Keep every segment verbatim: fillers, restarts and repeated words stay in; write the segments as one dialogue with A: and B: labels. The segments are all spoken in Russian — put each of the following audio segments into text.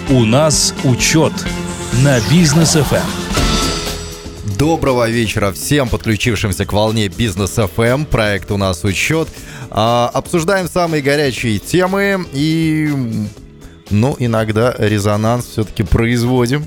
A: У нас учет на Бизнес эф эм.
B: Доброго вечера всем подключившимся к волне Бизнес эф эм. Проект «У нас учет». А, обсуждаем самые горячие темы и, ну, иногда резонанс все-таки производим.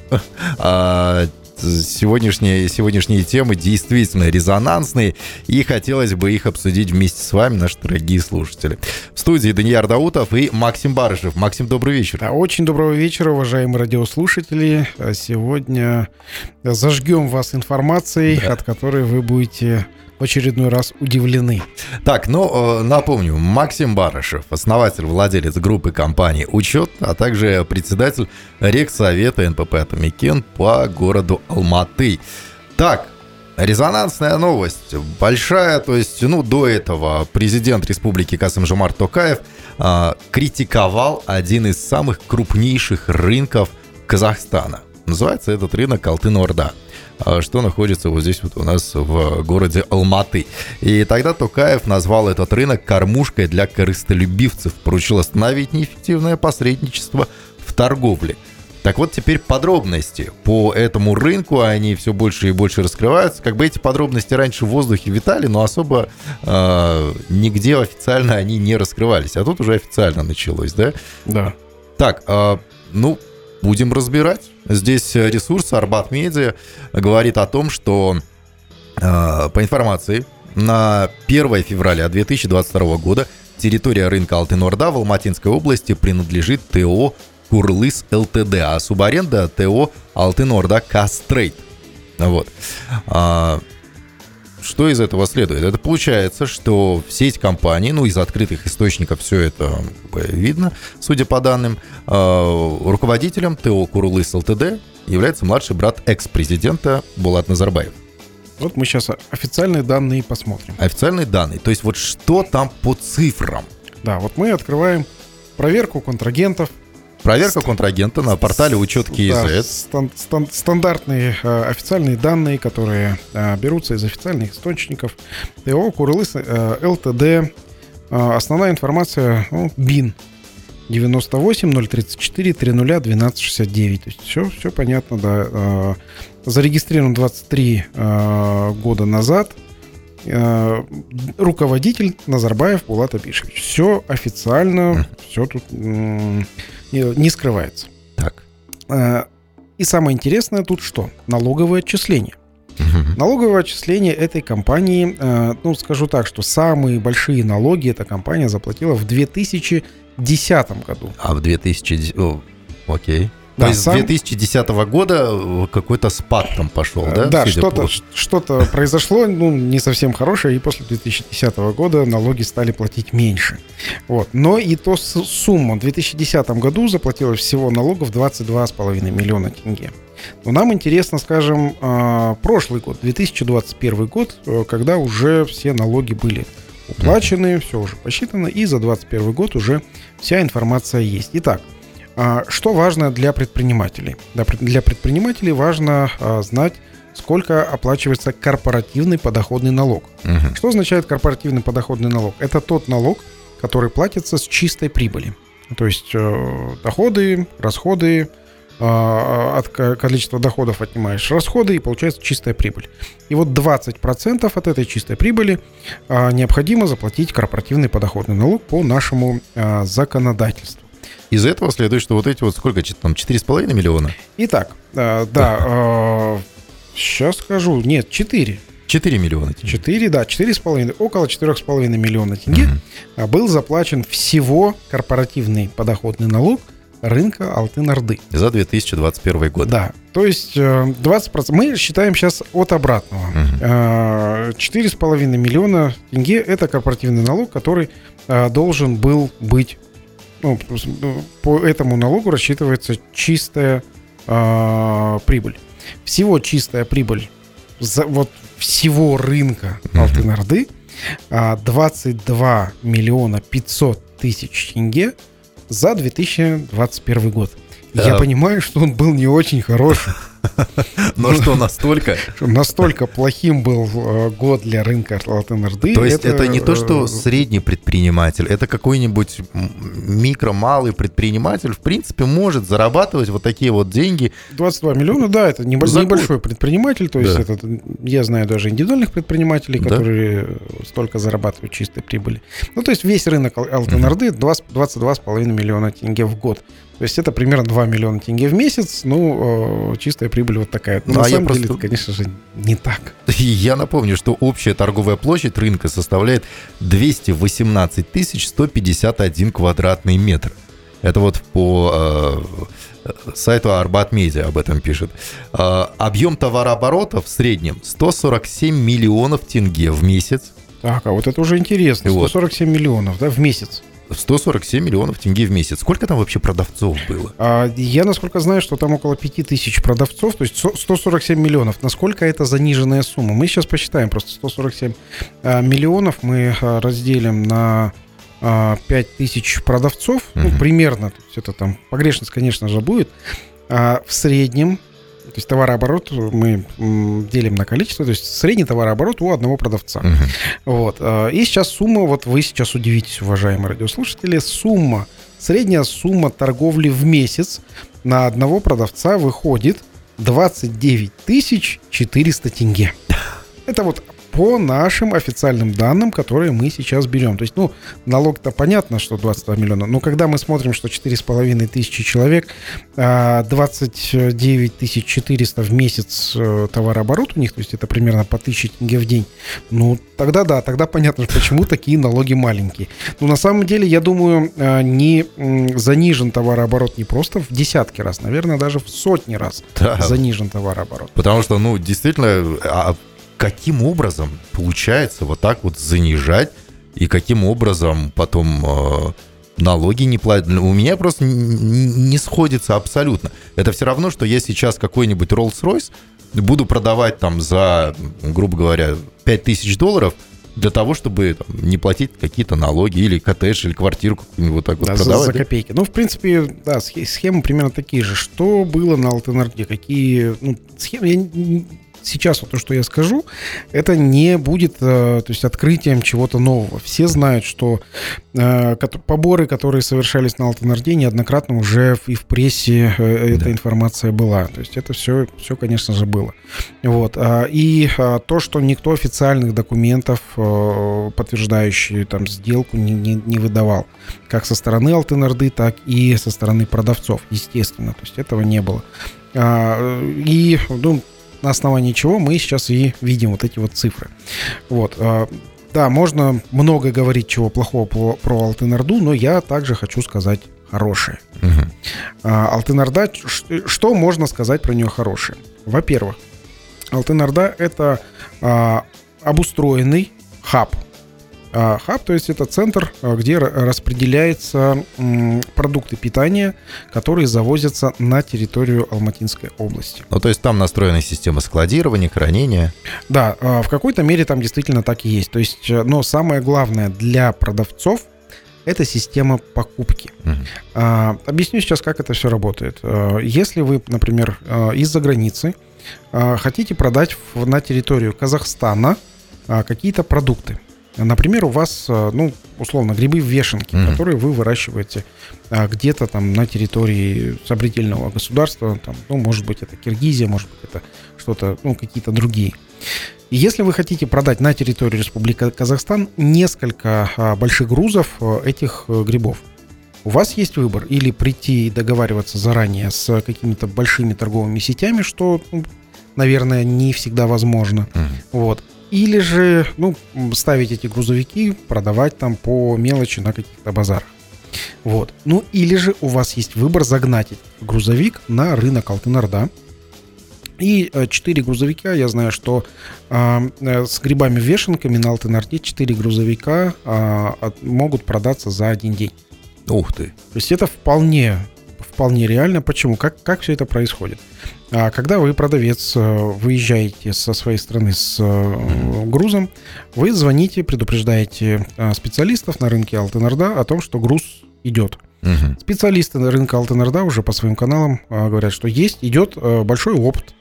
B: А, сегодняшние, сегодняшние темы действительно резонансные, и хотелось бы их обсудить вместе с вами, наши дорогие слушатели. В студии Данияр Даутов и Максим Барышев. Максим, добрый вечер.
C: Да, очень доброго вечера, уважаемые радиослушатели. Сегодня зажгем вас информацией, да, от которой вы будете в очередной раз удивлены.
B: Так, ну, напомню, Максим Барышев, основатель, владелец группы компании «Учет», а также председатель Рексовета эн пэ пэ «Атамикен» по городу Алматы. Так, резонансная новость, большая, то есть, ну, до этого президент республики Касым-Жомарт Токаев а, критиковал один из самых крупнейших рынков Казахстана. Называется этот рынок Алтын-Орда, что находится вот здесь вот у нас в городе Алматы. И тогда Токаев назвал этот рынок кормушкой для корыстолюбивцев, поручил остановить неэффективное посредничество в торговле. Так вот, теперь подробности по этому рынку, они все больше и больше раскрываются. Как бы эти подробности раньше в воздухе витали, но особо э, нигде официально они не раскрывались. А тут уже официально началось, да?
C: Да.
B: Так, э, ну, будем разбирать. Здесь ресурс Арбат Медиа говорит о том, что э, по информации на первое февраля две тысячи двадцать второго года территория рынка Алтын-Орда в Алматинской области принадлежит ТО «Курлыс ЛТД», а субаренда ТО «Алтын-Орда Кастрейд». Вот. А, что из этого следует? Это получается, что все эти компании, ну, из открытых источников все это как бы видно, судя по данным, а, руководителем ТО «Курлыс ЛТД» является младший брат экс-президента Булат Назарбаев.
C: Вот мы сейчас официальные данные посмотрим.
B: Официальные данные. То есть вот что там по цифрам?
C: Да, вот мы открываем проверку контрагентов.
B: Проверка контрагента на портале учет кей зет.
C: Да, стан- стан- стандартные э, официальные данные, которые э, берутся из официальных источников. ТО «Курлыс э, ЛТД». Э, основная информация, ну, БИН девяносто восемь ноль тридцать четыре тридцать двенадцать шестьдесят девять. То есть все, все понятно, да. Э, зарегистрирован двадцать три э, года назад. Э, руководитель Назарбаев Булат Абишевич. Все официально, все тут э, не скрывается.
B: Так.
C: И самое интересное тут что? Налоговое отчисление.
B: Uh-huh.
C: Налоговое отчисление этой компании, ну, скажу так, что самые большие налоги эта компания заплатила в две тысячи десятом году.
B: А в две тысячи десятом... Окей.
C: Да,
B: То есть
C: сам...
B: с две тысячи десятого года какой-то спад там пошел, да?
C: Да, что-то, что-то произошло, ну, не совсем хорошее, и после две тысячи десятого года налоги стали платить меньше. Вот. Но и то сумма в две тысячи десятом году заплатила всего налогов двадцать два с половиной миллиона тенге. Но нам интересно, скажем, прошлый год, две тысячи двадцать первый год, когда уже все налоги были уплачены, все уже посчитано, и за двадцать первый год уже вся информация есть. Итак, что важно для предпринимателей? Для предпринимателей важно а, знать, сколько оплачивается корпоративный подоходный налог. Uh-huh. Что означает корпоративный подоходный налог? Это тот налог, который платится с чистой прибыли. То есть э, доходы, расходы, э, от количества доходов отнимаешь расходы, и получается чистая прибыль. И вот двадцать процентов от этой чистой прибыли э, необходимо заплатить корпоративный подоходный налог по нашему э, законодательству.
B: Из этого следует, что вот эти вот сколько, там, четыре с половиной миллиона?
C: Итак, э, да, э, сейчас скажу, нет, четыре.
B: четыре миллиона тенге.
C: четыре, да, четыре с половиной, около четыре с половиной миллиона тенге uh-huh. был заплачен всего корпоративный подоходный налог рынка Алтын-Орды.
B: За две тысячи двадцать первый год.
C: Да, то есть двадцать процентов. Мы считаем сейчас от обратного. Uh-huh. четыре с половиной миллиона тенге – это корпоративный налог, который должен был быть. Ну, по этому налогу рассчитывается чистая э, прибыль. Всего чистая прибыль за, вот, всего рынка Алтын-Орды э, двадцать два миллиона пятьсот тысяч тенге за две тысячи двадцать первый год. Я
B: а...
C: понимаю, что он был не очень хороший.
B: Но что, настолько?
C: Настолько плохим был год для рынка Алтын-Орды.
B: То есть это не то, что средний предприниматель, это какой-нибудь микро, малый предприниматель, в принципе, может зарабатывать вот такие вот деньги.
C: двадцать два миллиона, да, это небольшой предприниматель, то есть это, я знаю даже индивидуальных предпринимателей, которые столько зарабатывают чистой прибыли. Ну, то есть весь рынок Алтын-Орды двадцать два с половиной миллиона тенге в год. То есть это примерно два миллиона тенге в месяц, ну, чистая прибыль вот такая. Но ну, на а самом деле просто... это, конечно же, не так.
B: Я напомню, что общая торговая площадь рынка составляет двести восемнадцать тысяч сто пятьдесят один квадратный метр. Это вот по э, сайту Арбат Медиа об этом пишет. Э, объем товарооборота в среднем сто сорок семь миллионов тенге в месяц.
C: Так, а вот это уже интересно. сто сорок семь вот. миллионов, да, в месяц.
B: сто сорок семь миллионов тенге в месяц. Сколько там вообще продавцов было?
C: А, я, насколько знаю, что там около пять тысяч продавцов, то есть сто сорок семь миллионов. Насколько это заниженная сумма? Мы сейчас посчитаем просто сто сорок семь а, миллионов. Мы а, разделим на а, пять тысяч продавцов. Uh-huh. Ну, примерно. То есть это там погрешность, конечно же, будет. А, в среднем, то есть товарооборот мы м, делим на количество, то есть средний товарооборот у одного продавца. Uh-huh. Вот. И сейчас сумма, вот вы сейчас удивитесь, уважаемые радиослушатели, сумма, средняя сумма торговли в месяц на одного продавца выходит двадцать девять тысяч четыреста тенге. Это вот по нашим официальным данным, которые мы сейчас берем. То есть, ну, налог-то понятно, что двадцать два миллиона, но когда мы смотрим, что четыре с половиной тысячи человек, двадцать девять тысяч четыреста в месяц товарооборот у них, то есть это примерно по тысяче тенге в день, ну, тогда да, тогда понятно, почему такие налоги маленькие. Но на самом деле, я думаю, не занижен товарооборот не просто в десятки раз, наверное, даже в сотни раз да. занижен товарооборот.
B: Потому что, ну, действительно... Каким образом получается вот так вот занижать, и каким образом потом э, налоги не платят? У меня просто не, не сходится абсолютно. Это все равно, что я сейчас какой-нибудь Rolls-Royce буду продавать там за, грубо говоря, пять тысяч долларов для того, чтобы там, не платить какие-то налоги или коттедж, или квартиру какую-нибудь вот так вот
C: да,
B: продавать.
C: За, за копейки. Ну, в принципе, да, схемы примерно такие же. Что было на Алтын-Орде? Какие ну, схемы... Я... Сейчас вот то, что я скажу, это не будет, то есть, открытием чего-то нового. Все знают, что э, поборы, которые совершались на Алтын-Орде, неоднократно уже и в прессе э, эта да. информация была. То есть это все, все, конечно же, было. Вот. И то, что никто официальных документов, подтверждающих там сделку, не, не, не выдавал. Как со стороны Алтын-Орды, так и со стороны продавцов, естественно. То есть этого не было. И, ну, на основании чего мы сейчас и видим вот эти вот цифры. Вот. Да, можно много говорить чего плохого про, про Алтын-Орду, но я также хочу сказать хорошее. Угу. Алтын-Орда, что можно сказать про нее хорошее? Во-первых, Алтын-Орда — это а, обустроенный хаб. Хаб, то есть это центр, где распределяются продукты питания, которые завозятся на территорию Алматинской области.
B: Ну, то есть там настроена система складирования, хранения.
C: Да, в какой-то мере там действительно так и есть. То есть, но самое главное для продавцов — это система покупки. Угу. А, объясню сейчас, как это все работает. Если вы, например, из-за границы хотите продать на территорию Казахстана какие-то продукты, например, у вас, ну, условно, грибы в вешенке, mm-hmm. которые вы выращиваете а, где-то там на территории сопредельного государства, там, ну, может быть, это Киргизия, может быть, это что-то, ну, какие-то другие. И если вы хотите продать на территории Республики Казахстан несколько а, больших грузов а, этих а, грибов, у вас есть выбор: или прийти и договариваться заранее с какими-то большими торговыми сетями, что, ну, наверное, не всегда возможно, mm-hmm. вот. Или же, ну, ставить эти грузовики, продавать там по мелочи на каких-то базарах. Вот. Ну, или же у вас есть выбор загнать грузовик на рынок Алтын-Орда. И четыре грузовика, я знаю, что э, с грибами-вешенками на Алтын-Орде четыре грузовика э, от, могут продаться за один день.
B: Ух ты!
C: То есть это вполне, вполне реально. Почему? Как, как все это происходит? Когда вы, продавец, выезжаете со своей страны с грузом, вы звоните, предупреждаете специалистов на рынке Алтын-Орда о том, что груз идет. Угу. Специалисты на рынке Алтын-Орда уже по своим каналам говорят, что есть, идет большой опт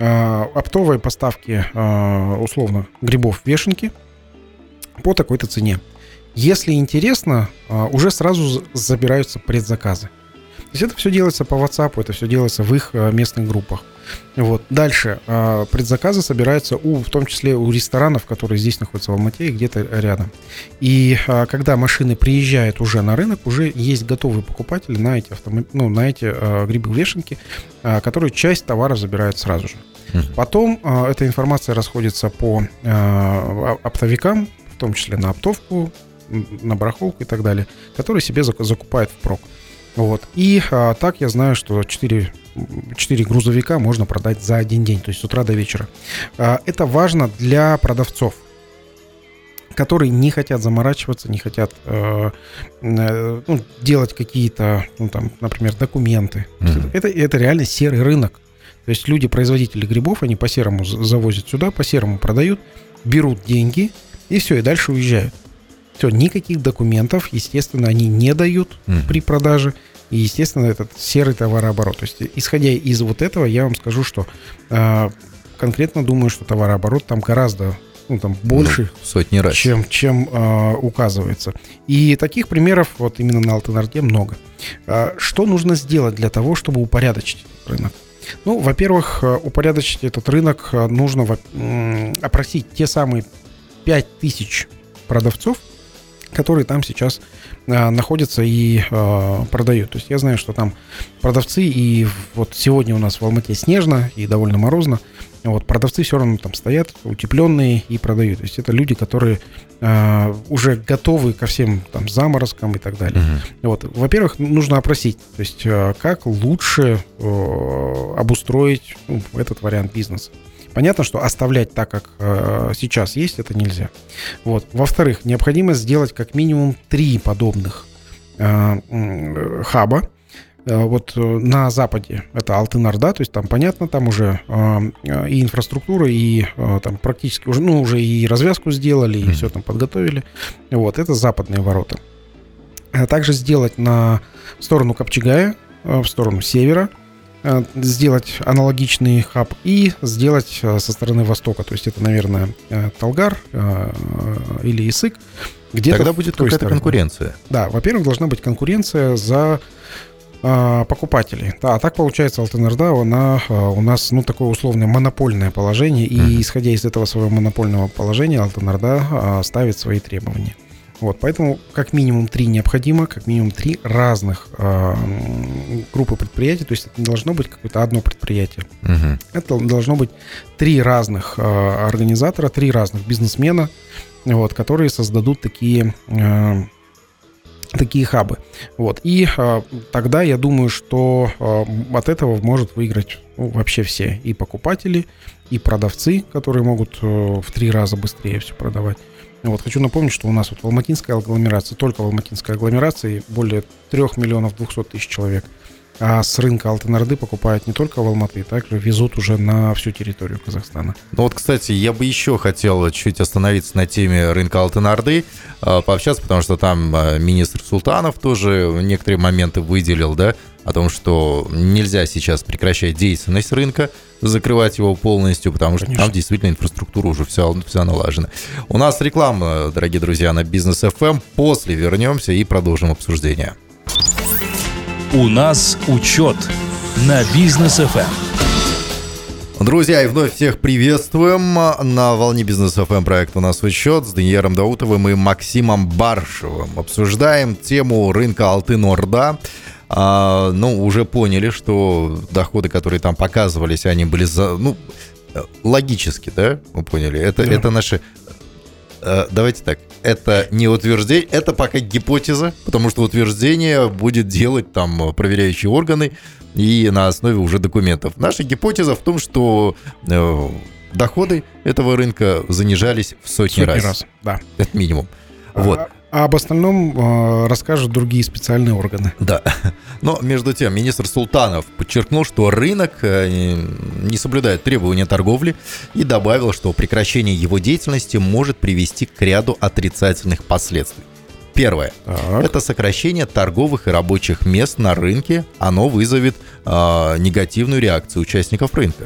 C: оптовой поставки, условно, грибов-вешенки по такой-то цене. Если интересно, уже сразу забираются предзаказы. То есть это все делается по WhatsApp, это все делается в их местных группах. Вот. Дальше предзаказы собираются у, в том числе у ресторанов, которые здесь находятся в Алмате и где-то рядом. И когда машины приезжают уже на рынок, уже есть готовые покупатели на эти, автомоб... ну, на эти грибы-вешенки, которые часть товара забирают сразу же. Потом эта информация расходится по оптовикам, в том числе на оптовку, на барахолку и так далее, которые себе закупают впрок. Вот. И а, так я знаю, что четыре, четыре грузовика можно продать за один день, то есть с утра до вечера. А, это важно для продавцов, которые не хотят заморачиваться, не хотят э, э, ну, делать какие-то, ну, там, например, документы. Mm-hmm. Это, это реально серый рынок. То есть люди, производители грибов, они по-серому завозят сюда, по-серому продают, берут деньги и все, и дальше уезжают. Все, никаких документов, естественно, они не дают mm. при продаже. И, естественно, этот серый товарооборот. То есть, исходя из вот этого, я вам скажу, что э, конкретно думаю, что товарооборот там гораздо ну, там, больше,
B: ну, сотни раз. чем,
C: чем э, указывается. И таких примеров вот именно на Алтын-Орде много. Э, что нужно сделать для того, чтобы упорядочить рынок? Ну, во-первых, упорядочить этот рынок нужно э, опросить те самые пять тысяч продавцов, которые там сейчас а, находятся и а, продают. То есть я знаю, что там продавцы, и вот сегодня у нас в Алмате снежно и довольно морозно, вот, продавцы все равно там стоят, утепленные, и продают. То есть это люди, которые а, уже готовы ко всем там заморозкам и так далее. Uh-huh. Вот. Во-первых, нужно опросить, то есть а, как лучше а, обустроить ну, этот вариант бизнеса. Понятно, что оставлять так, как э, сейчас есть, это нельзя. Вот. Во-вторых, необходимо сделать как минимум три подобных э, э, хаба. Э, вот на Западе это Алтын-Орда, то есть там понятно, там уже э, и инфраструктура, и э, там практически уже, ну, уже и развязку сделали, и mm-hmm. все там подготовили. Вот, это западные ворота. А также сделать на сторону Капчагая, э, в сторону севера, сделать аналогичный хаб и сделать со стороны востока. То есть это, наверное, Талгар или Исык. Где-то
B: тогда будет какая-то стороне. Конкуренция.
C: Да, во-первых, должна быть конкуренция за а, покупателей. Да, а так получается, Алтын-Орда, она а, у нас, ну, такое условное монопольное положение. И mm-hmm. исходя из этого своего монопольного положения, Алтын-Орда а, ставит свои требования. Вот, поэтому как минимум три необходимо, как минимум три разных э, группы предприятий, то есть это не должно быть какое-то одно предприятие. Uh-huh. Это должно быть три разных э, организатора, три разных бизнесмена, вот, которые создадут такие, э, такие хабы. Вот, и э, тогда я думаю, что э, от этого может выиграть ну, вообще все, и покупатели, и продавцы, которые могут э, в три раза быстрее все продавать. Вот, хочу напомнить, что у нас вот в Алматинской агломерации, только в Алматинской агломерации более трех миллионов двухсот тысяч человек. А с рынка Алтын-Орды покупают не только в Алматы, также везут уже на всю территорию Казахстана.
B: Ну вот, кстати, я бы еще хотел чуть остановиться на теме рынка Алтын-Орды, пообщаться, потому что там министр Султанов тоже некоторые моменты выделил, да, о том, что нельзя сейчас прекращать деятельность рынка, закрывать его полностью, потому что Конечно. Там действительно инфраструктура уже вся, вся налажена. У нас реклама, дорогие друзья, на Бизнес эф эм. После вернемся и продолжим обсуждение.
A: У нас учет на Бизнес эф эм.
B: Друзья, и вновь всех приветствуем. На волне Бизнес эф эм проект «У нас учет» с Даниилом Даутовым и Максимом Баршевым. Обсуждаем тему рынка Алтын-Орда. А, ну, уже поняли, что доходы, которые там показывались, они были, за, ну, логически, да, мы поняли. Это, да. это наши... Давайте так, это не утверждение, это пока гипотеза, потому что утверждение будет делать там проверяющие органы и на основе уже документов. Наша гипотеза в том, что э, доходы этого рынка занижались в сотни, сотни раз. раз.
C: Да.
B: Это минимум. Вот.
C: А, а об остальном э, расскажут другие специальные органы.
B: Да. Но между тем, министр Султанов подчеркнул, что рынок э, не соблюдает требования торговли и добавил, что прекращение его деятельности может привести к ряду отрицательных последствий. Первое. Так. Это сокращение торговых и рабочих мест на рынке. Оно вызовет э, негативную реакцию участников рынка.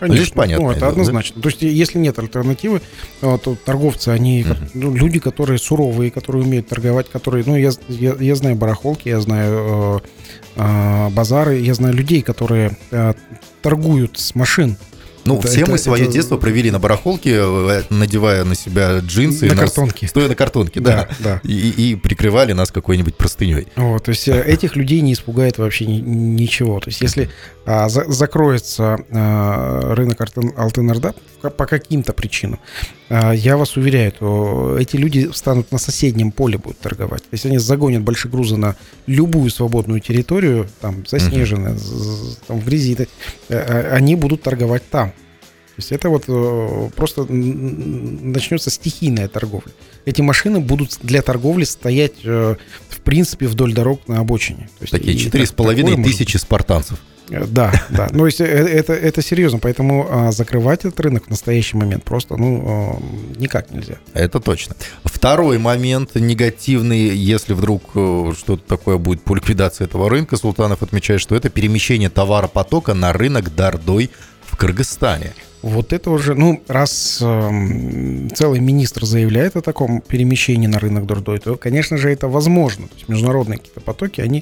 C: Конечно.
B: Здесь понятно.
C: Ну, это однозначно. Да? То есть, если нет альтернативы, то торговцы, они uh-huh. ну, люди, которые суровые, которые умеют торговать, которые, ну, я, я, я знаю барахолки, я знаю э, э, базары, я знаю людей, которые э, торгуют с машин.
B: Ну,
C: это,
B: все
C: это,
B: мы свое
C: это...
B: детство провели на барахолке, надевая на себя джинсы.
C: На
B: нас,
C: картонке.
B: Стоя на картонке, да.
C: да, да.
B: И, и прикрывали нас какой-нибудь простыней.
C: Вот, то есть этих людей не испугает вообще ни, ничего. То есть если а, за, закроется а, рынок Алтын-Орда по каким-то причинам, а, я вас уверяю, то эти люди станут на соседнем поле будут торговать. То есть они загонят большие грузы на любую свободную территорию, там, заснеженную, uh-huh. там, в грязи, они будут торговать там. То есть это вот э, просто начнется стихийная торговля. Эти машины будут для торговли стоять, э, в принципе, вдоль дорог на обочине. То есть
B: такие четыре с половиной тысячи спартанцев.
C: Да, да. Но это, это, это серьезно. Поэтому а, закрывать этот рынок в настоящий момент просто ну, а, никак нельзя.
B: Это точно. Второй момент негативный, если вдруг что-то такое будет по ликвидации этого рынка, Султанов отмечает, что это перемещение товаропотока на рынок Дордой в Кыргызстане.
C: Вот это уже, ну, раз э, целый министр заявляет о таком перемещении на рынок Дордой, то, конечно же, это возможно. То есть международные какие-то потоки, они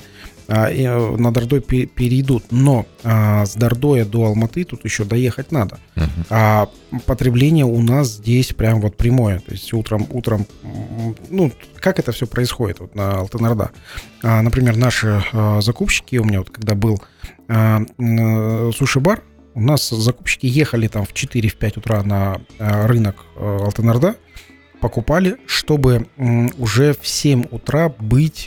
C: э, на Дордой пер- перейдут. Но э, с Дордоя до Алматы тут еще доехать надо. Uh-huh. А потребление у нас здесь прям вот прямое. То есть утром, утром ну, как это все происходит вот на Алтын-Орда? А, например, наши э, закупщики, у меня вот когда был э, э, суши-бар, у нас закупщики ехали там в четыре-пять утра на рынок Алтын-Орда, покупали, чтобы уже в семь утра быть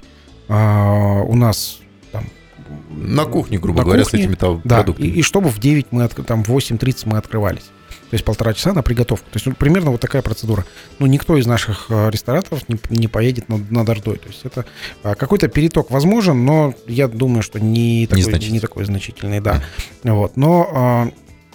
C: а, у нас там,
B: на кухне, грубо
C: на
B: говоря,
C: кухне,
B: с этими там
C: да,
B: продуктами.
C: И, и чтобы в девять мы, там, в восемь тридцать мы открывались. То есть полтора часа на приготовку. То есть ну, примерно вот такая процедура. Ну, никто из наших э, рестораторов не, не поедет на, на Дордой. То есть это э, какой-то переток возможен, но я думаю, что не такой, не такой значительный. Да. Mm. Вот. Но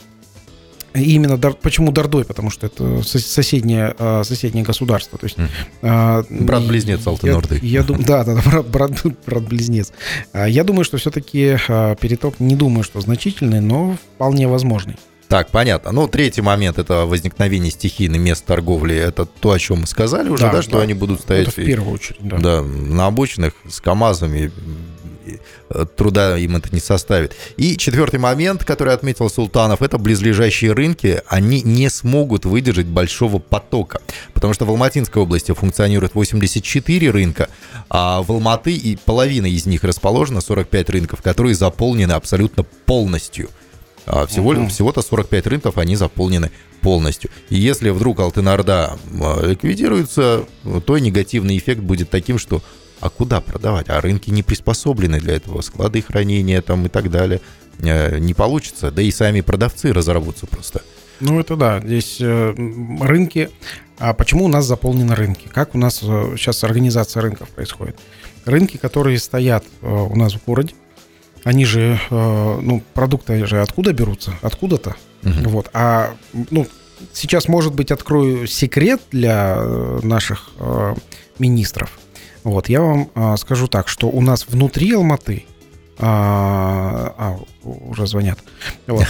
C: э, именно Дор... почему Дордой? Потому что это соседнее, э, соседнее государство. То есть,
B: mm. э, брат-близнец Алтын-Орды.
C: Я, я дум... Да, да, да, брат, брат, брат-близнец. Я думаю, что все-таки э, переток, не думаю, что значительный, но вполне возможный.
B: Так, понятно. Ну, третий момент — это возникновение стихийных мест торговли. Это то, о чем мы сказали уже, да, да что да. они будут стоять
C: это в первую очередь, да.
B: Да, на обочинах с КАМАЗами. Труда им это не составит. И четвертый момент, который отметил Султанов, это близлежащие рынки. Они не смогут выдержать большого потока, потому что в Алматинской области функционирует восемьдесят четыре рынка, а в Алматы и половина из них расположена, сорок пять рынков, которые заполнены абсолютно полностью. Всего, uh-huh. Всего-то сорок пять рынков, они заполнены полностью. И если вдруг Алтын-Орда ликвидируется, то негативный эффект будет таким, что а куда продавать? А рынки не приспособлены для этого, склады хранения там и так далее. Не получится, да и сами продавцы разорвутся просто.
C: Ну, это да, здесь э, рынки. А почему у нас заполнены рынки? Как у нас э, сейчас организация рынков происходит? Рынки, которые стоят э, у нас в городе, они же, э, ну, продукты же откуда берутся? Откуда-то. Uh-huh. Вот. А, ну, сейчас, может быть, открою секрет для наших э, министров. Вот. Я вам э, скажу так, что у нас внутри Алматы, а, а уже звонят. Вот.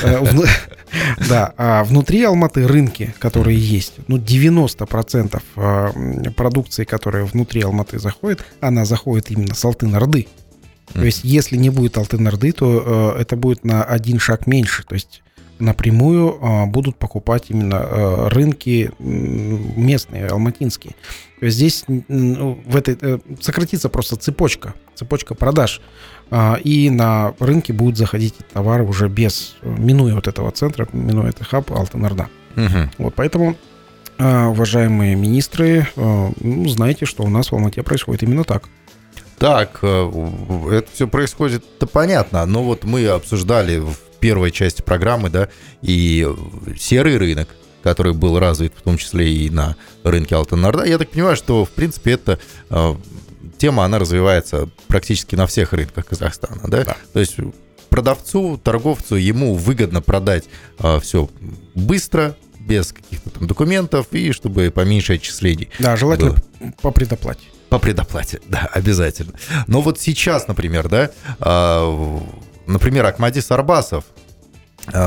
C: Да, внутри Алматы рынки, которые есть, ну, девяносто процентов продукции, которая внутри Алматы заходит, она заходит именно с Алтын-Орды. То есть, если не будет Алтын-Орды, то э, это будет на один шаг меньше. То есть, напрямую э, будут покупать именно э, рынки местные, алматинские. То есть, здесь э, в этой, э, сократится просто цепочка, цепочка продаж. Э, и на рынке будут заходить товары уже без, минуя вот этого центра, минуя этот хаб Алтын-Орда. Угу. Вот, поэтому, э, уважаемые министры, э, ну, знаете, что у нас в Алмате происходит именно так.
B: Так, это все происходит, это понятно, но вот мы обсуждали в первой части программы, да, и серый рынок, который был развит в том числе и на рынке Алтын-Орда. Я так понимаю, что, в принципе, эта э, тема, она развивается практически на всех рынках Казахстана, да? Да. То есть продавцу, торговцу, ему выгодно продать э, все быстро, без каких-то там документов, и чтобы поменьше отчислений.
C: Да, желательно было. По предоплате.
B: По предоплате, да, обязательно. Но вот сейчас, например, да, э, например, Акмадис Арбасов э,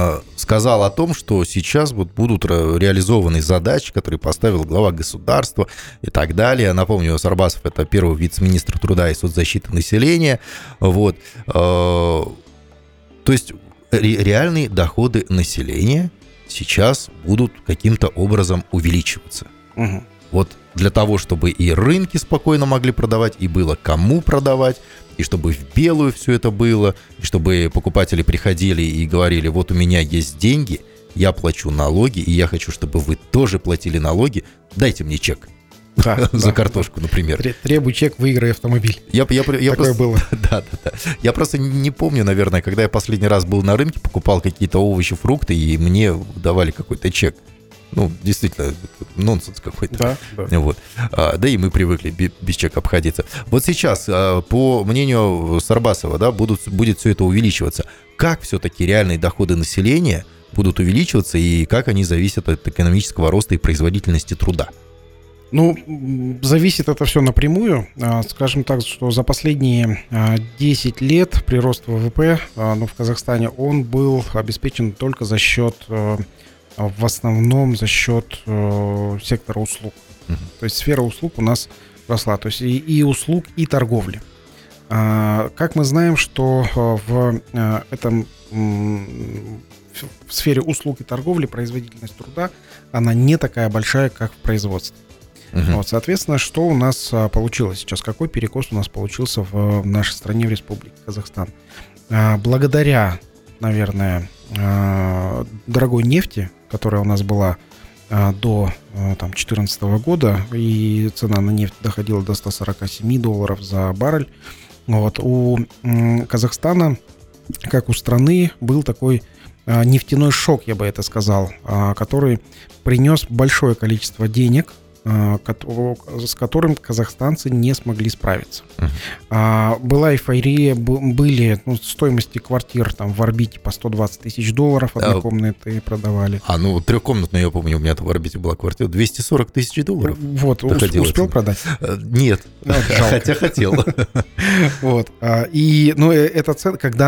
B: сказал о том, что сейчас вот будут реализованы задачи, которые поставил глава государства и так далее. Напомню, Сарбасов — это первый вице-министр труда и соцзащиты населения. Вот. То есть реальные доходы населения сейчас будут каким-то образом увеличиваться. Угу. Вот для того, чтобы и рынки спокойно могли продавать, и было кому продавать, и чтобы в белую все это было, и чтобы покупатели приходили и говорили: вот у меня есть деньги, я плачу налоги, и я хочу, чтобы вы тоже платили налоги, дайте мне чек. Да, за да, картошку, да. Например.
C: Требуй чек, выиграй автомобиль.
B: Я, я, я
C: Такое
B: просто,
C: было.
B: Да, да, да. Я просто не помню, наверное, когда я последний раз был на рынке, покупал какие-то овощи, фрукты, и мне давали какой-то чек. Ну, действительно, нонсенс какой-то.
C: Да, да.
B: Вот. А, да и мы привыкли без чека обходиться. Вот сейчас, по мнению Сарбасова, да, будут, будет все это увеличиваться. Как все-таки реальные доходы населения будут увеличиваться, и как они зависят от экономического роста и производительности труда?
C: Ну, зависит это все напрямую. Скажем так, что за последние десять лет прирост ВВП, ну, в Казахстане, он был обеспечен только за счет, в основном за счет сектора услуг. Uh-huh. То есть сфера услуг у нас росла. То есть и, и услуг, и торговли. Как мы знаем, что в этом... в сфере услуг и торговли производительность труда, она не такая большая, как в производстве. Uh-huh. Вот, соответственно, что у нас а, получилось сейчас? Какой перекос у нас получился в, в нашей стране, в Республике Казахстан? А, благодаря, наверное, а, дорогой нефти, которая у нас была а, до а, там, две тысячи четырнадцатого года, и цена на нефть доходила до сто сорок семь долларов за баррель, вот, у м, Казахстана, как у страны, был такой а, нефтяной шок, я бы это сказал, а, который принес большое количество денег, с которым казахстанцы не смогли справиться. Uh-huh. Была эйфория, были ну, стоимости квартир там в орбите по сто двадцать тысяч долларов, однокомнатные продавали.
B: А, ну, трехкомнатную, я помню, у меня в орбите была квартира, двести сорок тысяч долларов.
C: Вот, успел продать?
B: Нет, хотя хотел.
C: Вот, и, ну, это цена, когда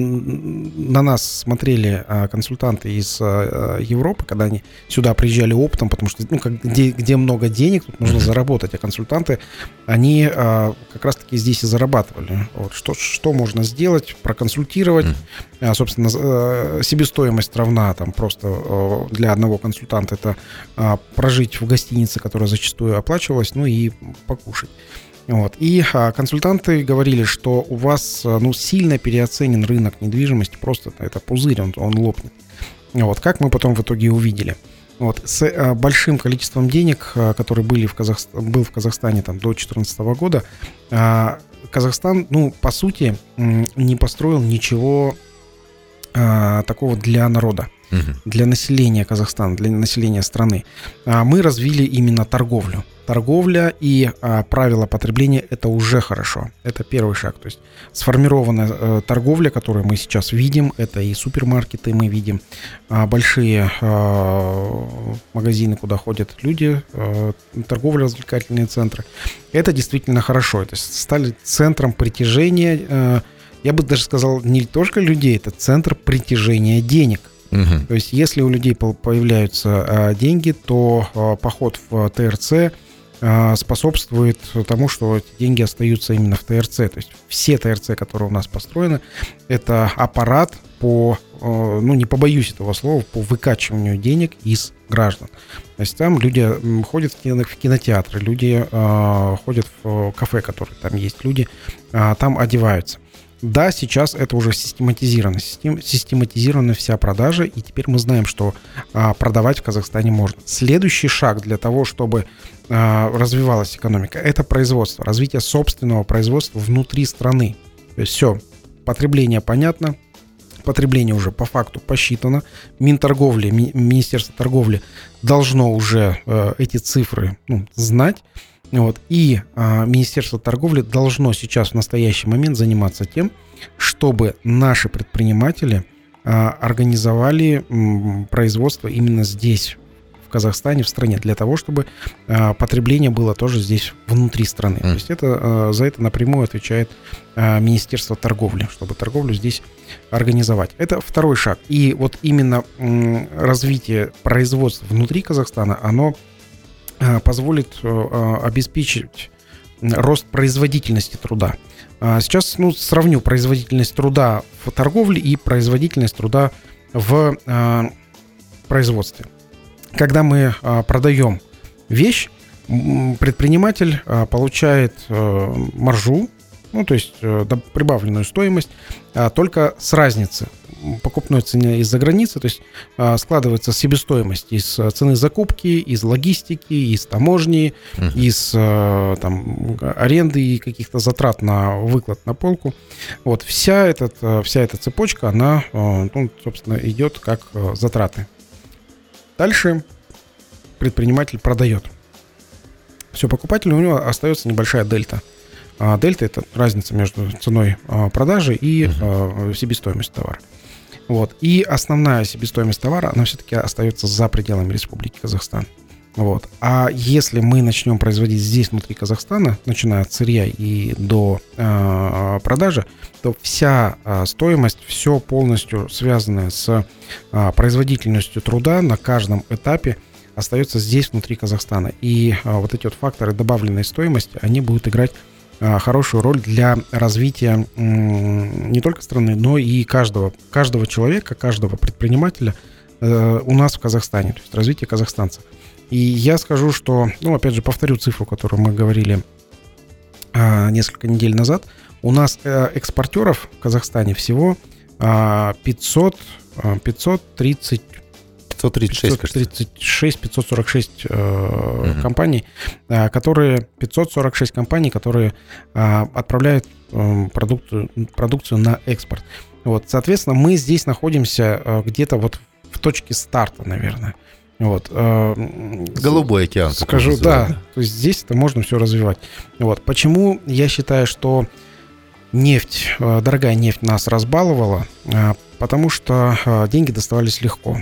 C: на нас смотрели консультанты из Европы, когда они сюда приезжали оптом, потому что, ну, где, где много денег, тут нужно заработать, а консультанты, они а, как раз-таки здесь и зарабатывали. Вот, что, что можно сделать, проконсультировать, а, собственно, а, себестоимость равна там просто а, для одного консультанта это а, прожить в гостинице, которая зачастую оплачивалась, ну и покушать. Вот. И а, консультанты говорили, что у вас ну, сильно переоценен рынок недвижимости, просто это пузырь, он, он лопнет. Вот. Как мы потом в итоге увидели. Вот, с а, большим количеством денег, а, которые были в Казахст... был в Казахстане там, до две тысячи четырнадцатого года, а, Казахстан, ну, по сути, м- не построил ничего а, такого для народа, uh-huh. для населения Казахстана, для населения страны. А, мы развили именно торговлю. Торговля и а, правила потребления – это уже хорошо. Это первый шаг. То есть сформированная а, торговля, которую мы сейчас видим, это и супермаркеты мы видим, а, большие а, магазины, куда ходят люди, а, торговля-развлекательные центры. Это действительно хорошо. То есть стали центром притяжения, а, я бы даже сказал, не только людей, это центр притяжения денег. Угу. То есть если у людей появляются а, деньги, то а, поход в ТРЦ способствует тому, что эти деньги остаются именно в ТРЦ. То есть все ТРЦ, которые у нас построены, это аппарат по, ну не побоюсь этого слова, по выкачиванию денег из граждан. То есть там люди ходят в кинотеатры, люди ходят в кафе, которые там есть, люди там одеваются. Да, сейчас это уже систематизировано, систем, систематизирована вся продажа, и теперь мы знаем, что а, продавать в Казахстане можно. Следующий шаг для того, чтобы а, развивалась экономика, это производство, развитие собственного производства внутри страны. То есть все, потребление понятно, потребление уже по факту посчитано, Минторговли, ми, Министерство торговли должно уже а, эти цифры ну, знать. Вот. И а, Министерство торговли должно сейчас в настоящий момент заниматься тем, чтобы наши предприниматели а, организовали м, производство именно здесь, в Казахстане, в стране, для того, чтобы а, потребление было тоже здесь внутри страны. Mm. То есть это, а, за это напрямую отвечает а, Министерство торговли, чтобы торговлю здесь организовать. Это второй шаг. И вот именно м, развитие производства внутри Казахстана, оно а, позволит а, обеспечить рост производительности труда. А, сейчас ну, сравню производительность труда в торговле и производительность труда в а, производстве. Когда мы а, продаем вещь, предприниматель а, получает а, маржу, ну, то есть а, прибавленную стоимость, а, только с разницы покупной цены из-за границы, то есть а, складывается себестоимость из цены закупки, из логистики, из таможни, uh-huh. из а, там, аренды и каких-то затрат на выклад на полку. Вот вся, этот, вся эта цепочка, она, ну, собственно, идет как затраты. Дальше предприниматель продает. Все, покупателю у него остается небольшая дельта. А дельта – это разница между ценой продажи и uh-huh. себестоимостью товара. Вот. И основная себестоимость товара, она все-таки остается за пределами Республики Казахстан. Вот. А если мы начнем производить здесь, внутри Казахстана, начиная от сырья и до э, продажи, то вся э, стоимость, все полностью связанное с э, производительностью труда на каждом этапе остается здесь, внутри Казахстана. И э, вот эти вот факторы добавленной стоимости, они будут играть хорошую роль для развития не только страны, но и каждого, каждого человека, каждого предпринимателя у нас в Казахстане, то есть развитие казахстанцев. И я скажу, что, ну, опять же, повторю цифру, которую мы говорили несколько недель назад. У нас экспортеров в Казахстане всего пятьсот, пятьсот тридцать
B: пятьсот тридцать шесть,
C: пятьсот тридцать шесть, пятьсот сорок шесть э, uh-huh. компаний, э, которые пятьсот сорок шесть компаний, которые э, отправляют э, продукцию, продукцию на экспорт. Вот, соответственно, мы здесь находимся э, где-то вот в точке старта, наверное. Вот, э,
B: Голубой океан.
C: Скажу, да, да. То есть здесь это можно все развивать. Вот, почему я считаю, что нефть, э, дорогая нефть нас разбаловала? Э, потому что э, деньги доставались легко.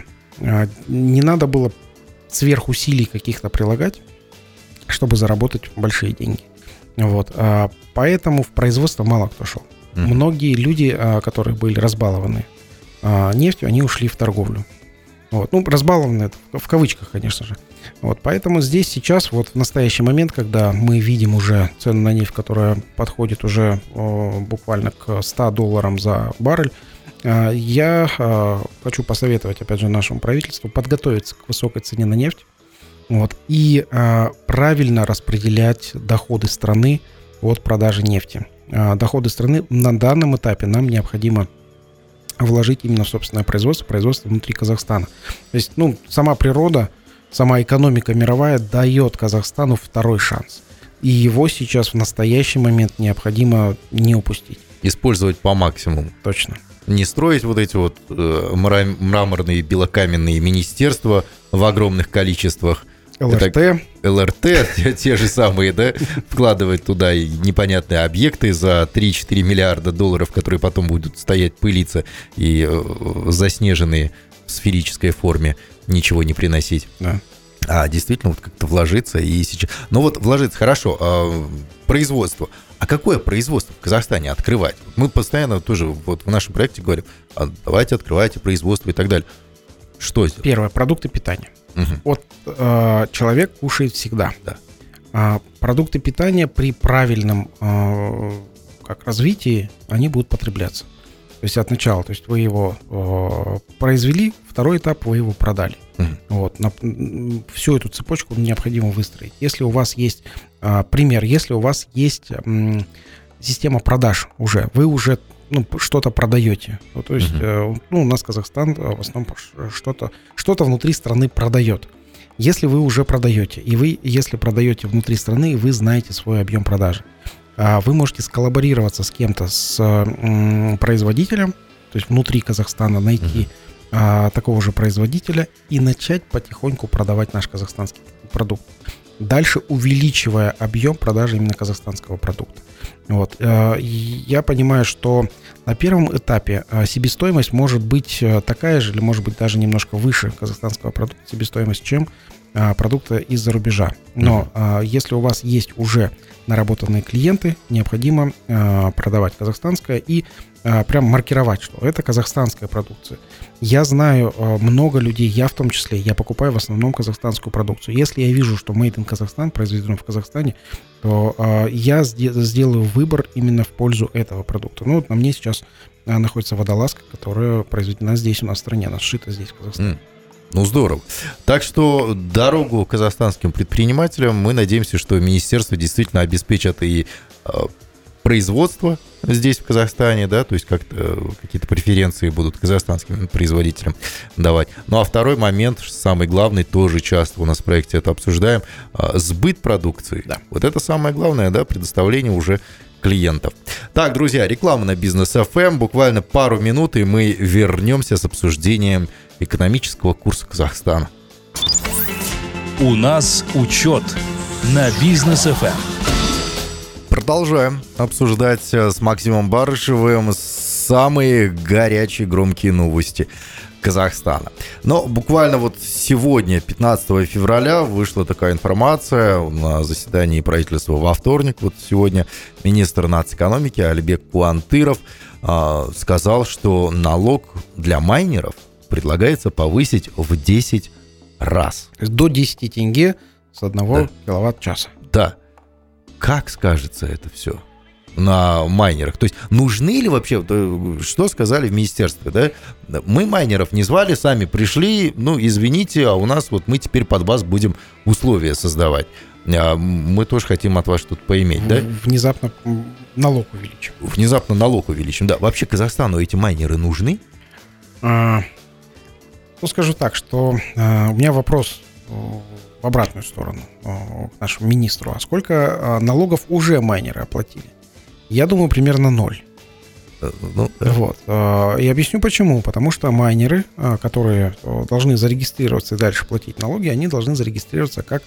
C: Не надо было сверхусилий каких-то прилагать, чтобы заработать большие деньги. Вот. Поэтому в производство мало кто шел. Mm. Многие люди, которые были разбалованы нефтью, они ушли в торговлю. Вот. Ну, разбалованы это в кавычках, конечно же. Вот. Поэтому здесь сейчас, вот в настоящий момент, когда мы видим уже цену на нефть, которая подходит уже о, буквально к ста долларам за баррель, я э, хочу посоветовать, опять же, нашему правительству подготовиться к высокой цене на нефть, вот, и э, правильно распределять доходы страны от продажи нефти. Э, доходы страны на данном этапе нам необходимо вложить именно в собственное производство, производство внутри Казахстана. То есть, ну, сама природа, сама экономика мировая дает Казахстану второй шанс. И его сейчас в настоящий момент необходимо не упустить.
B: Использовать по максимуму.
C: Точно.
B: Не строить вот эти вот э, мраморные белокаменные министерства в огромных количествах.
C: эл эр тэ.
B: Это, эл эр тэ, те, те же самые, да, вкладывать туда непонятные объекты за три-четыре миллиарда долларов, которые потом будут стоять, пылиться и э, заснеженные в сферической форме, ничего не приносить.
C: Да.
B: А действительно вот как-то вложиться и сейчас... Ну вот вложиться, хорошо, а, производство. А какое производство в Казахстане открывать? Мы постоянно тоже вот в нашем проекте говорим, а давайте открывайте производство и так далее. Что здесь?
C: Первое, продукты питания. Угу. Вот э, человек кушает всегда.
B: Да.
C: А продукты питания при правильном э, как развитии, они будут потребляться. То есть от начала, то есть вы его э, произвели, второй этап вы его продали. Uh-huh. Вот, на, всю эту цепочку необходимо выстроить. Если у вас есть э, пример, если у вас есть э, система продаж уже, вы уже ну, что-то продаете. Ну, то есть uh-huh. э, ну, у нас Казахстан в основном что-то, что-то внутри страны продает. Если вы уже продаете, и вы, если продаете внутри страны, и вы знаете свой объем продажи, вы можете сколлаборироваться с кем-то, с м, производителем, то есть внутри Казахстана найти uh-huh. а, такого же производителя и начать потихоньку продавать наш казахстанский продукт. Дальше увеличивая объем продажи именно казахстанского продукта. Вот. Я понимаю, что на первом этапе себестоимость может быть такая же, или может быть даже немножко выше казахстанского продукта себестоимость, чем продукта из-за рубежа. Но mm-hmm. если у вас есть уже наработанные клиенты, необходимо продавать казахстанское и прям маркировать, что это казахстанская продукция. Я знаю много людей, я в том числе, я покупаю в основном казахстанскую продукцию. Если я вижу, что Made in Казахстан, произведено в Казахстане, то я сделаю выбор именно в пользу этого продукта. Ну вот на мне сейчас находится водолазка, которая произведена здесь у нас в стране, она сшита здесь, в Казахстане. Mm.
B: Ну, здорово. Так что дорогу казахстанским предпринимателям мы надеемся, что министерство действительно обеспечит и э, производство здесь, в Казахстане, да, то есть как-то, какие-то преференции будут казахстанским производителям давать. Ну, а второй момент, самый главный, тоже часто у нас в проекте это обсуждаем, э, сбыт продукции. Да. Вот это самое главное, да, предоставление уже клиентов. Так, друзья, реклама на Бизнес эф эм. Буквально пару минут, и мы вернемся с обсуждением экономического курса Казахстана.
A: У нас учет на Бизнес эф эм.
B: Продолжаем обсуждать с Максимом Барышевым самые горячие, громкие новости Казахстана. Но буквально вот сегодня, пятнадцатого февраля, вышла такая информация на заседании правительства во вторник. Вот сегодня министр нацэкономики Алибек Куантыров э, сказал, что налог для майнеров предлагается повысить в десять раз.
C: До десять тенге с одного да. киловатт-часа.
B: Да. Как скажется это все на майнерах? То есть нужны ли вообще, что сказали в министерстве, да? Мы майнеров не звали, сами пришли, ну, извините, а у нас вот мы теперь под вас будем условия создавать. А мы тоже хотим от вас что-то поиметь, да?
C: Внезапно налог увеличим.
B: Внезапно налог увеличим, да. Вообще Казахстану эти майнеры нужны?
C: А, ну, скажу так, что а, у меня вопрос в обратную сторону к нашему министру. А сколько налогов уже майнеры оплатили? Я думаю, примерно ноль. Ну, да. Вот. И объясню почему. Потому что майнеры, которые должны зарегистрироваться и дальше платить налоги, они должны зарегистрироваться как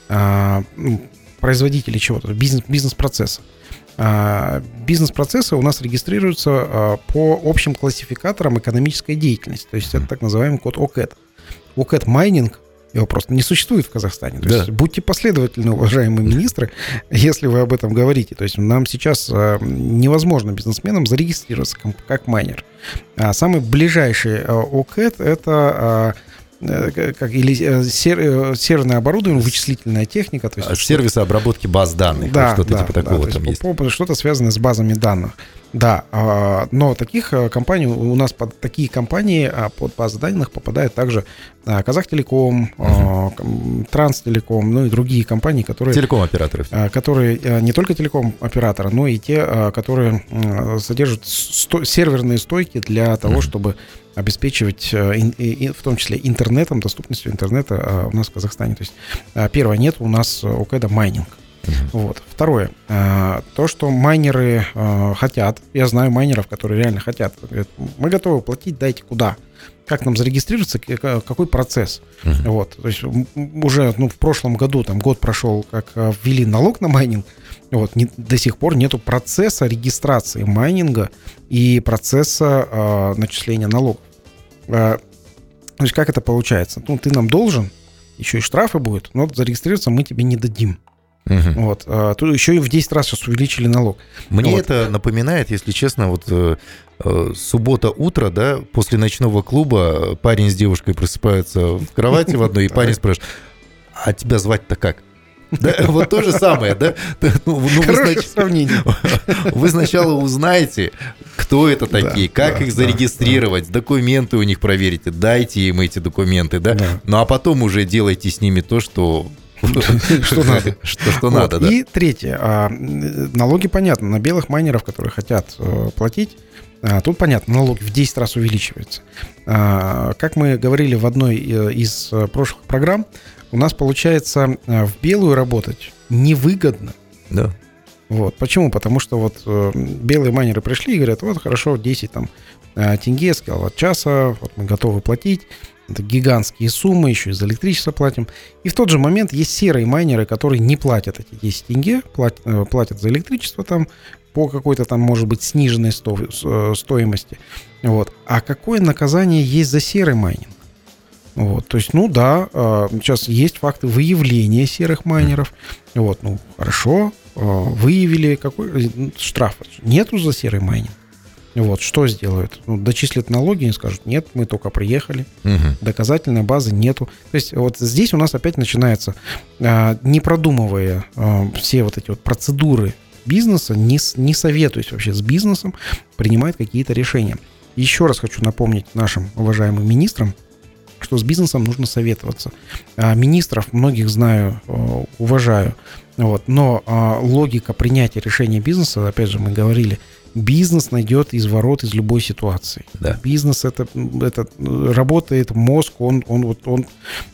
C: производители чего-то, бизнес, бизнес-процесса. Бизнес-процессы у нас регистрируются по общим классификаторам экономической деятельности. То есть это так называемый код о кэт. о кэт-майнинг, его просто не существует в Казахстане. То да. есть будьте последовательны, уважаемые министры, если вы об этом говорите. То есть нам сейчас невозможно бизнесменам зарегистрироваться как майнер. Самый ближайший о кэт — это как, или сер, серверное оборудование, вычислительная техника. То есть
B: сервисы обработки баз данных.
C: Да,
B: что-то
C: да,
B: типа такого
C: да,
B: там есть.
C: есть. Что-то связанное с базами данных. Да, но таких компаний, у нас под такие компании под базы данных попадают также Казахтелеком, uh-huh. Транстелеком, ну и другие компании, которые...
B: Телеком-операторы.
C: Которые не только телеком-операторы, но и те, которые содержат сто- серверные стойки для того, uh-huh. чтобы обеспечивать в том числе интернетом, доступностью интернета у нас в Казахстане. То есть первое, нет у нас о кэда майнинг. Uh-huh. Вот. Второе. То, что майнеры хотят, я знаю майнеров, которые реально хотят, говорят, мы готовы платить, дайте куда? Как нам зарегистрироваться, какой процесс? Uh-huh. Вот. То есть уже ну, в прошлом году, там год прошел, как ввели налог на майнинг, вот, не, до сих пор нету процесса регистрации майнинга и процесса э, начисления налогов. Э, то есть как это получается? Ну, ты нам должен, еще и штрафы будут, но зарегистрироваться мы тебе не дадим. Uh-huh. Вот. А, тут еще и в десять раз сейчас увеличили налог.
B: Мне
C: вот.
B: Это напоминает, если честно, вот э, э, суббота утро, да, после ночного клуба парень с девушкой просыпаются в кровати в одной, и парень спрашивает, а тебя звать-то как? Да, вот то же самое, да? Ну, ну,
C: Хорошее
B: вы,
C: сравнение.
B: Вы сначала узнаете, кто это такие, да, как да, их зарегистрировать, да, документы у них проверите, дайте им эти документы, да? Да. Ну а потом уже делайте с ними то, что...
C: Что надо.
B: Что, что вот. надо, да.
C: И третье. Налоги, понятно, на белых майнеров, которые хотят платить, тут, понятно, налог в десять раз увеличивается. Как мы говорили в одной из прошлых программ, у нас получается в белую работать невыгодно.
B: Да.
C: Вот. Почему? Потому что вот белые майнеры пришли и говорят, вот хорошо, десять там, тенге с киловатт-часа, вот мы готовы платить. Это гигантские суммы, еще и за электричество платим. И в тот же момент есть серые майнеры, которые не платят эти десять тенге, платят, платят за электричество там по какой-то там, может быть, сниженной сто, стоимости. Вот. А какое наказание есть за серый майнинг? Вот, то есть, ну да, сейчас есть факты выявления серых майнеров. Вот, ну хорошо, выявили, какой штраф? Нету за серый майнинг. Вот, что сделают? Ну, дочислят налоги и скажут, нет, мы только приехали, угу. Доказательной базы нету. То есть вот здесь у нас опять начинается, не продумывая все вот эти вот процедуры бизнеса, не, не советуясь вообще с бизнесом, принимает какие-то решения. Еще раз хочу напомнить нашим уважаемым министрам, что с бизнесом нужно советоваться. Министров многих знаю, уважаю, вот, но логика принятия решения бизнеса, опять же, мы говорили, бизнес найдет изворот из любой ситуации. Да. Бизнес это, это работает, мозг, он, он, вот, он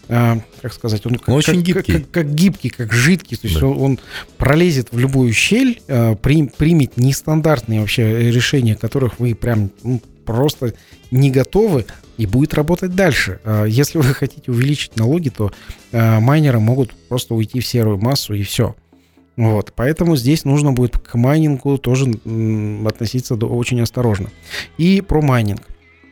C: как сказать, он, он как, очень гибкий. Как, как, как гибкий, как жидкий, то есть да. он, он пролезет в любую щель, при, примет нестандартные вообще решения, которых вы прям ну, просто не готовы, и будет работать дальше. Если вы хотите увеличить налоги, то майнеры могут просто уйти в серую массу, и все. Вот, поэтому здесь нужно будет к майнингу тоже относиться очень осторожно. И про майнинг.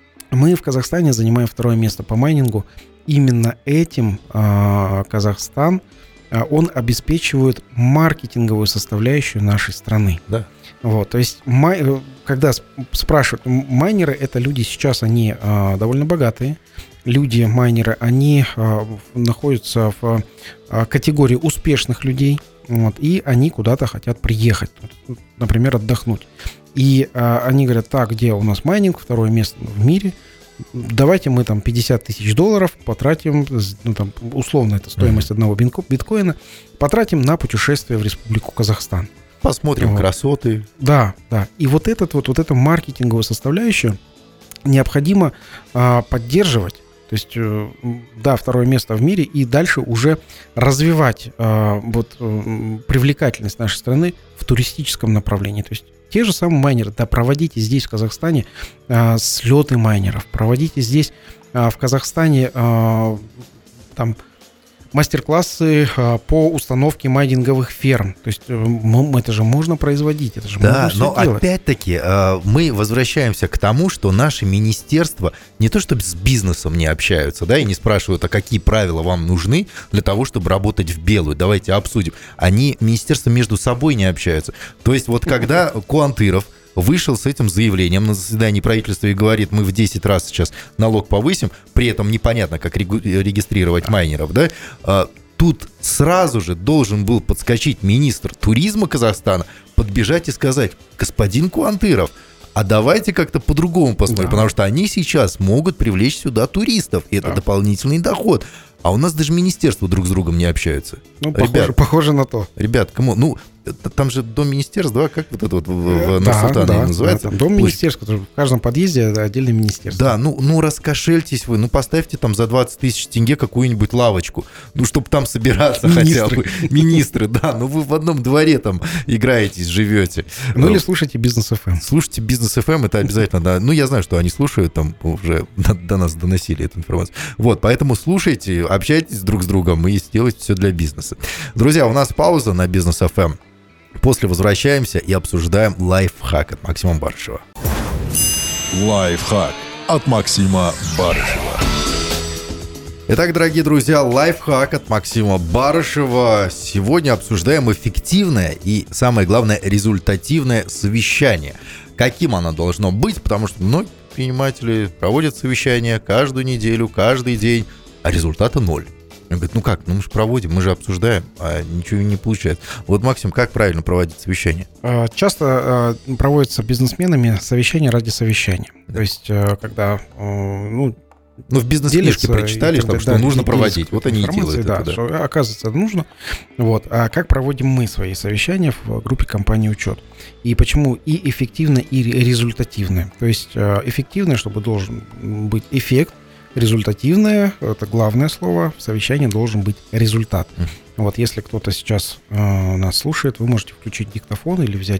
C: Мы в Казахстане занимаем второе место по майнингу. Именно этим а, Казахстан, а, он обеспечивает маркетинговую составляющую нашей страны. Да. Вот, то есть, май, когда спрашивают, майнеры, это люди сейчас, они а, довольно богатые. Люди, майнеры, они а, находятся в а, категории успешных людей. Вот, и они куда-то хотят приехать, например, отдохнуть. И а, они говорят, так, где у нас майнинг, второе место в мире, давайте мы там пятьдесят тысяч долларов потратим, ну, там, условно, это стоимость одного биткоина, потратим на путешествие в Республику Казахстан.
B: Посмотрим вот. Красоты.
C: Да, да. И вот, этот, вот, вот эту маркетинговую составляющую необходимо а, поддерживать. То есть, да, второе место в мире, и дальше уже развивать э, вот, э, привлекательность нашей страны в туристическом направлении. То есть те же самые майнеры, да, проводите здесь, в Казахстане, э, слеты майнеров, проводите здесь, э, в Казахстане, э, там, мастер-классы э, по установке майнинговых ферм. То есть э, это же можно производить, это же
B: да,
C: можно
B: но
C: делать.
B: Опять-таки э, мы возвращаемся к тому, что наши министерства не то чтобы с бизнесом не общаются, да, и не спрашивают, а какие правила вам нужны для того, чтобы работать в белую. Давайте обсудим. Они, министерства, между собой не общаются. То есть вот когда Куантыров вышел с этим заявлением на заседании правительства и говорит, мы в десять раз сейчас налог повысим, при этом непонятно, как регистрировать майнеров, да, тут сразу же должен был подскочить министр туризма Казахстана, подбежать и сказать, господин Куантыров, а давайте как-то по-другому посмотрим, да. Потому что они сейчас могут привлечь сюда туристов, и это да. дополнительный доход. А у нас даже министерства друг с другом не общаются.
C: Ну, ребят, похоже, похоже на то.
B: Ребят, кому? Ну, там же дом министерств, да, как вот это вот в, в Нур-Султане
C: да,
B: называется?
C: Да, дом министерств, который в каждом подъезде отдельное министерство.
B: Да, ну, ну раскошельтесь вы, ну поставьте там за двадцать тысяч тенге какую-нибудь лавочку, ну, чтобы там собираться хотя бы. Министры, да, ну вы в одном дворе там играетесь, живете.
C: Ну или слушайте Бизнес эф эм.
B: Слушайте Бизнес эф эм, это обязательно, да. Ну я знаю, что они слушают, там уже до нас доносили эту информацию. Вот, поэтому слушайте, общайтесь друг с другом и сделайте все для бизнеса. Друзья, у нас пауза на Бизнес эф эм. После возвращаемся и обсуждаем лайфхак от Максима Барышева.
A: Лайфхак от Максима Барышева.
B: Итак, дорогие друзья, лайфхак от Максима Барышева. Сегодня обсуждаем эффективное и, самое главное, результативное совещание. Каким оно должно быть, потому что многие предприниматели проводят совещания каждую неделю, каждый день, а результата ноль. Он говорит, ну как, ну мы же проводим, мы же обсуждаем, а ничего не получается. Вот, Максим, как правильно проводить совещание?
C: Часто проводятся бизнесменами совещания ради совещания. Да. То есть, когда, ну...
B: Ну, в бизнес-книжке прочитали, что, что да, нужно проводить. Вот они и делают
C: да,
B: это. Да.
C: Что, оказывается, нужно. Вот. А как проводим мы свои совещания в группе компании «Учет»? И почему и эффективно, и результативно? То есть, эффективно, чтобы должен быть эффект, результативное, это главное слово, в совещании должен быть результат. Mm. Вот если кто-то сейчас э, нас слушает, вы можете включить диктофон или взять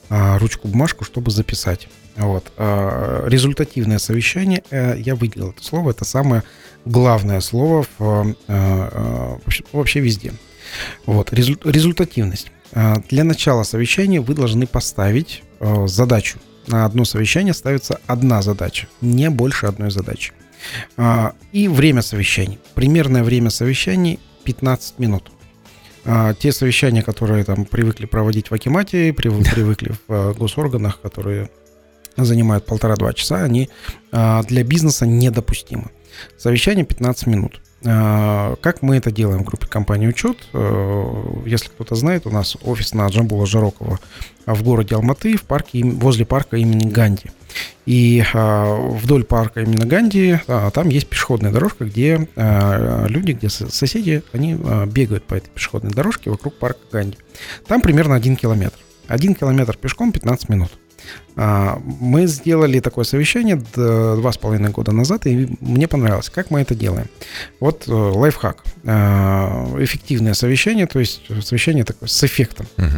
C: а, ручку, бумажку, чтобы записать. Вот. А, результативное совещание, а, я выделил это слово, это самое главное слово в, а, а, вообще, вообще везде. Вот. Резу, результативность. А, для начала совещания вы должны поставить а, задачу. На одно совещание ставится одна задача, не больше одной задачи. А, и время совещаний. Примерное время совещаний пятнадцать минут. А, те совещания, которые там привыкли проводить в Акимате, прив, привыкли в а, госорганах, которые занимают полтора-два часа, они а, для бизнеса недопустимы. Совещание пятнадцать минут. А, как мы это делаем в группе компании «Учет»? А, если кто-то знает, у нас офис на Джамбула Жарокова в городе Алматы, в парке, возле парка имени Ганди. И а, вдоль парка имени Ганди а, там есть пешеходная дорожка, где а, люди, где соседи, они а, бегают по этой пешеходной дорожке вокруг парка Ганди. Там примерно один километр. Один километр пешком пятнадцать минут. А, мы сделали такое совещание два с половиной года назад, и мне понравилось, как мы это делаем. Вот лайфхак. А, эффективное совещание, то есть совещание такое с эффектом. Uh-huh.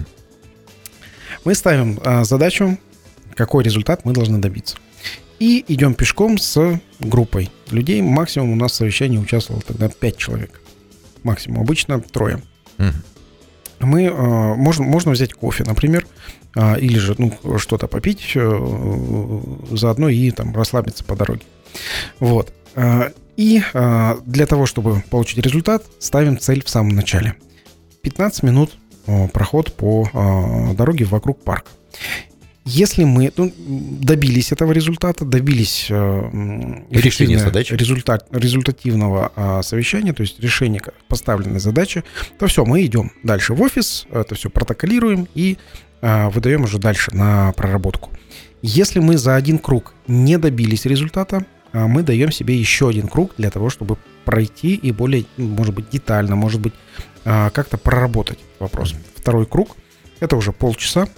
C: Мы ставим а, задачу, какой результат мы должны добиться. И идем пешком с группой людей. Максимум у нас в совещании участвовало тогда пять человек. Максимум. Обычно трое. Uh-huh. Мы, а, можно, можно взять кофе, например, а, или же ну, что-то попить а, заодно и там, расслабиться по дороге. Вот. А, и а, для того, чтобы получить результат, ставим цель в самом начале. пятнадцать минут а, проход по а, дороге вокруг парка. Если мы ну, добились этого результата, добились э, результат, результативного э, совещания, то есть решения поставленной задачи, то все, мы идем дальше в офис, это все протоколируем и э, выдаем уже дальше на проработку. Если мы за один круг не добились результата, э, мы даем себе еще один круг для того, чтобы пройти и более, может быть, детально, может быть, э, как-то проработать вопрос. Второй круг – это уже полчаса.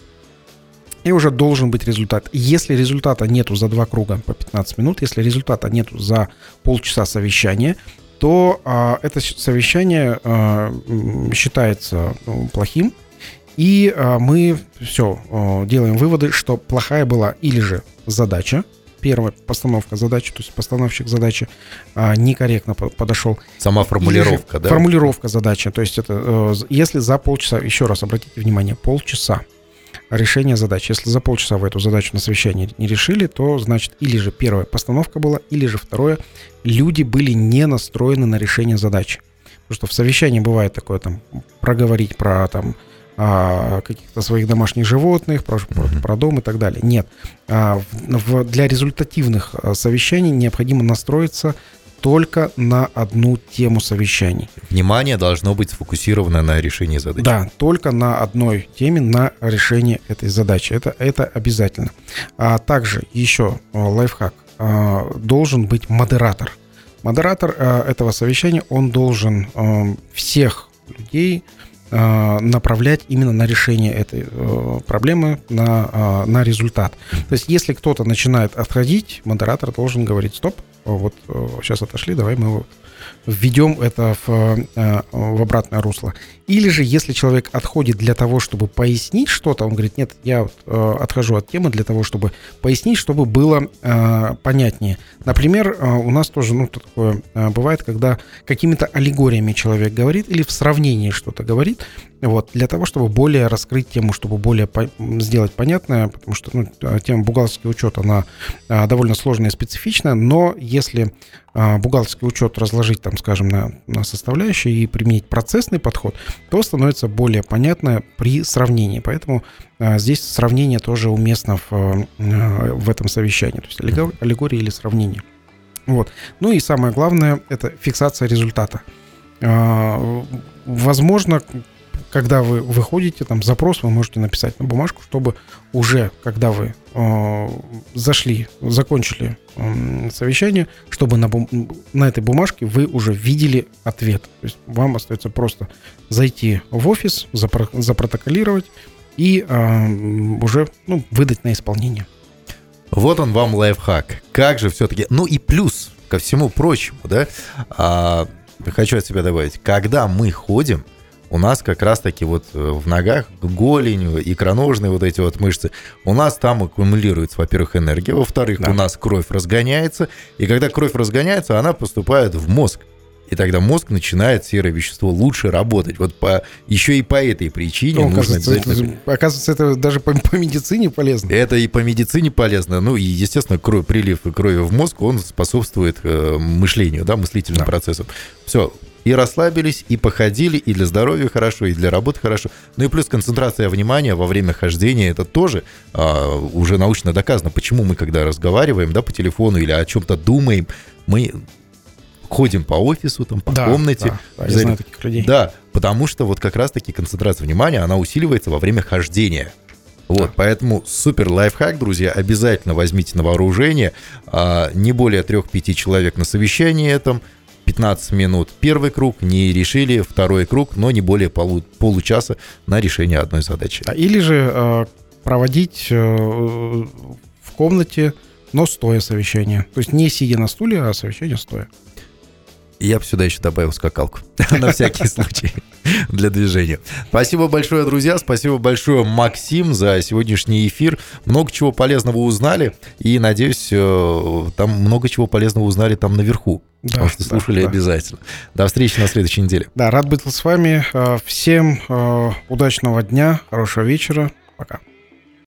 C: И уже должен быть результат. Если результата нету за два круга по пятнадцать минут, если результата нету за полчаса совещания, то а, это совещание а, считается ну, плохим. И а, мы все а, делаем выводы, что плохая была или же задача, первая постановка задачи, то есть постановщик задачи а, некорректно подошел.
B: Сама формулировка, да?
C: Формулировка задачи. То есть это а, если за полчаса, еще раз обратите внимание, полчаса решение задачи. Если за полчаса вы эту задачу на совещании не решили, то, значит, или же первая постановка была, или же второе, люди были не настроены на решение задачи. Потому что в совещании бывает такое, там, проговорить про, там, каких-то своих домашних животных, про, mm-hmm. про дом и так далее. Нет. В, для результативных совещаний необходимо настроиться только на одну тему совещаний.
B: Внимание должно быть сфокусировано на решении задачи.
C: Да, только на одной теме, на решении этой задачи. Это, это обязательно. А также еще лайфхак. Должен быть модератор. Модератор этого совещания, он должен всех людей направлять именно на решение этой проблемы, на, на результат. То есть, если кто-то начинает отходить, модератор должен говорить: стоп, вот сейчас отошли, давай мы его введем это в, в обратное русло. Или же, если человек отходит для того, чтобы пояснить что-то, он говорит: нет, я отхожу от темы для того, чтобы пояснить, чтобы было понятнее. Например, у нас тоже ну, такое бывает, когда какими-то аллегориями человек говорит или в сравнении что-то говорит, вот, для того, чтобы более раскрыть тему, чтобы более по- сделать понятное, потому что ну, тема бухгалтерский учет, она а, довольно сложная и специфичная, но если а, бухгалтерский учет разложить, там, скажем, на, на составляющие и применить процессный подход, то становится более понятно при сравнении. Поэтому а, здесь сравнение тоже уместно в, а, в этом совещании, то есть аллегория или сравнение. Вот. Ну и самое главное, это фиксация результата. А, возможно, когда вы выходите, там запрос вы можете написать на бумажку, чтобы уже, когда вы э, зашли, закончили э, совещание, чтобы на, бум- на этой бумажке вы уже видели ответ. То есть вам остается просто зайти в офис, запро- запротоколировать и э, уже ну, выдать на исполнение.
B: Вот он вам лайфхак. Как же все-таки... Ну и плюс ко всему прочему, да, а, хочу от себя добавить, когда мы ходим, у нас как раз-таки вот в ногах, голень, икроножные вот эти вот мышцы, у нас там аккумулируется, во-первых, энергия, во-вторых, да. у нас кровь разгоняется, и когда кровь разгоняется, она поступает в мозг. И тогда мозг начинает серое вещество лучше работать. Вот по, еще и по этой причине
C: ну,
B: нужно
C: оказывается,
B: обязательно...
C: Это, оказывается, это даже по, по медицине полезно.
B: Это и по медицине полезно. Ну и, естественно, кровь, прилив крови в мозг, он способствует э, мышлению, да, мыслительным да. процессам. Все. И расслабились, и походили, и для здоровья хорошо, и для работы хорошо. Ну и плюс концентрация внимания во время хождения, это тоже а, уже научно доказано. Почему мы, когда разговариваем, да, по телефону или о чем-то думаем, мы ходим по офису, там, по да, комнате.
C: Да, да, я знаю таких людей.
B: Да, потому что вот как раз-таки концентрация внимания, она усиливается во время хождения. Вот, да. Поэтому супер лайфхак, друзья, обязательно возьмите на вооружение. А, не более трех-пяти человек на совещании этом, пятнадцать минут первый круг, не решили второй круг, но не более полу, получаса на решение одной задачи.
C: Да, или же э, проводить э, в комнате, но стоя совещание. То есть не сидя на стуле, а совещание стоя.
B: Я бы сюда еще добавил скакалку, на всякий случай, для движения. Спасибо большое, друзья, спасибо большое, Максим, за сегодняшний эфир. Много чего полезного узнали, и, надеюсь, там много чего полезного узнали там наверху, да, потому что слушали да, обязательно. Да. До встречи на следующей неделе.
C: Да, рад быть с вами. Всем удачного дня, хорошего вечера. Пока.